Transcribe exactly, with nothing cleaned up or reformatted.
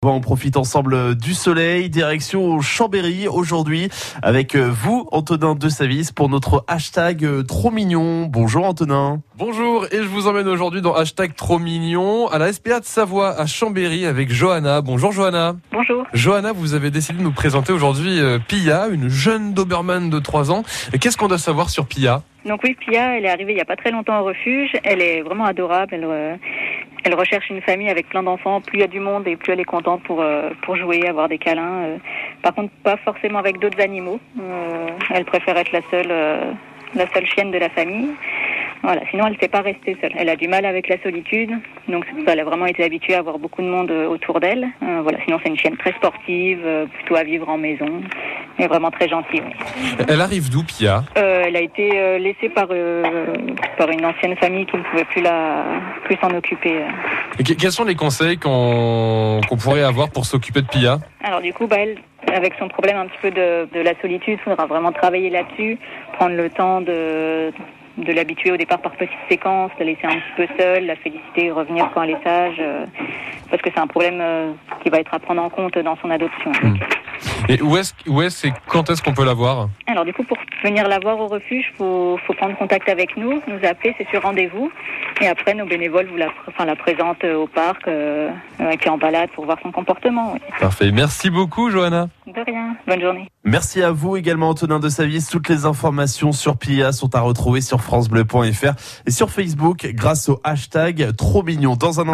On profite ensemble du soleil, direction Chambéry aujourd'hui avec vous, Antonin de Savis, pour notre hashtag trop mignon. Bonjour Antonin. Bonjour, et je vous emmène aujourd'hui dans hashtag trop mignon à la S P A de Savoie à Chambéry avec Johanna. Bonjour Johanna. Bonjour. Johanna, vous avez décidé de nous présenter aujourd'hui euh, Pia, une jeune Doberman de trois ans. Et qu'est-ce qu'on doit savoir sur Pia ? Donc oui, Pia, elle est arrivée il n'y a pas très longtemps au refuge. Elle est vraiment adorable. Elle, euh, elle recherche une famille avec plein d'enfants. Plus il y a du monde et plus elle est contente pour euh, pour jouer, avoir des câlins. Euh, par contre, pas forcément avec d'autres animaux. Euh, elle préfère être la seule euh, la seule chienne de la famille. Voilà. Sinon, elle ne sait pas rester seule. Elle a du mal avec la solitude. Donc c'est pour ça, elle a vraiment été habituée à avoir beaucoup de monde autour d'elle. Euh, voilà. Sinon, c'est une chienne très sportive, euh, plutôt à vivre en maison. Et vraiment très gentille. Oui. Elle arrive d'où, Pia ? euh, Elle a été euh, laissée par euh, par une ancienne famille qui ne pouvait plus la plus s'en occuper. Et que- quels sont les conseils qu'on, qu'on pourrait avoir pour s'occuper de Pia ? Alors du coup, bah, elle, avec son problème un petit peu de, de la solitude, il faudra vraiment travailler là-dessus, prendre le temps de de l'habituer au départ par petites séquences, la laisser un petit peu seule, la féliciter, revenir quand elle est sage, euh, parce que c'est un problème euh, qui va être à prendre en compte dans son adoption. Mmh. Et où est-ce, où est-ce et quand est-ce qu'on peut la voir ? Alors du coup, pour venir la voir au refuge, faut faut prendre contact avec nous, nous appeler, c'est sur rendez-vous. Et après, nos bénévoles vous la, enfin, la présentent au parc, euh, qui est en balade pour voir son comportement. Oui. Parfait. Merci beaucoup, Johanna. De rien. Bonne journée. Merci à vous également Antonin de Savis. Toutes les informations sur Pia sont à retrouver sur francebleu point f r et sur Facebook grâce au hashtag trop mignon. Dans un